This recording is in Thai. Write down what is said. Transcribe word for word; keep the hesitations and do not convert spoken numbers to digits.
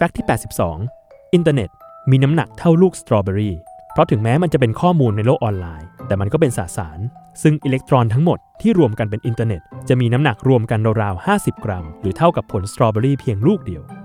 ฟกต์ที่แปดสิบสองอินเทอร์เน็ตมีน้ำหนักเท่าลูกสตรอเบอรี่เพราะถึงแม้มันจะเป็นข้อมูลในโลกออนไลน์แต่มันก็เป็นสสารซึ่งอิเล็กตรอนทั้งหมดที่รวมกันเป็นอินเทอร์เน็ตจะมีน้ำหนักรวมกันราวๆห้าสิบกรัมหรือเท่ากับผลสตรอเบอรี่เพียงลูกเดียว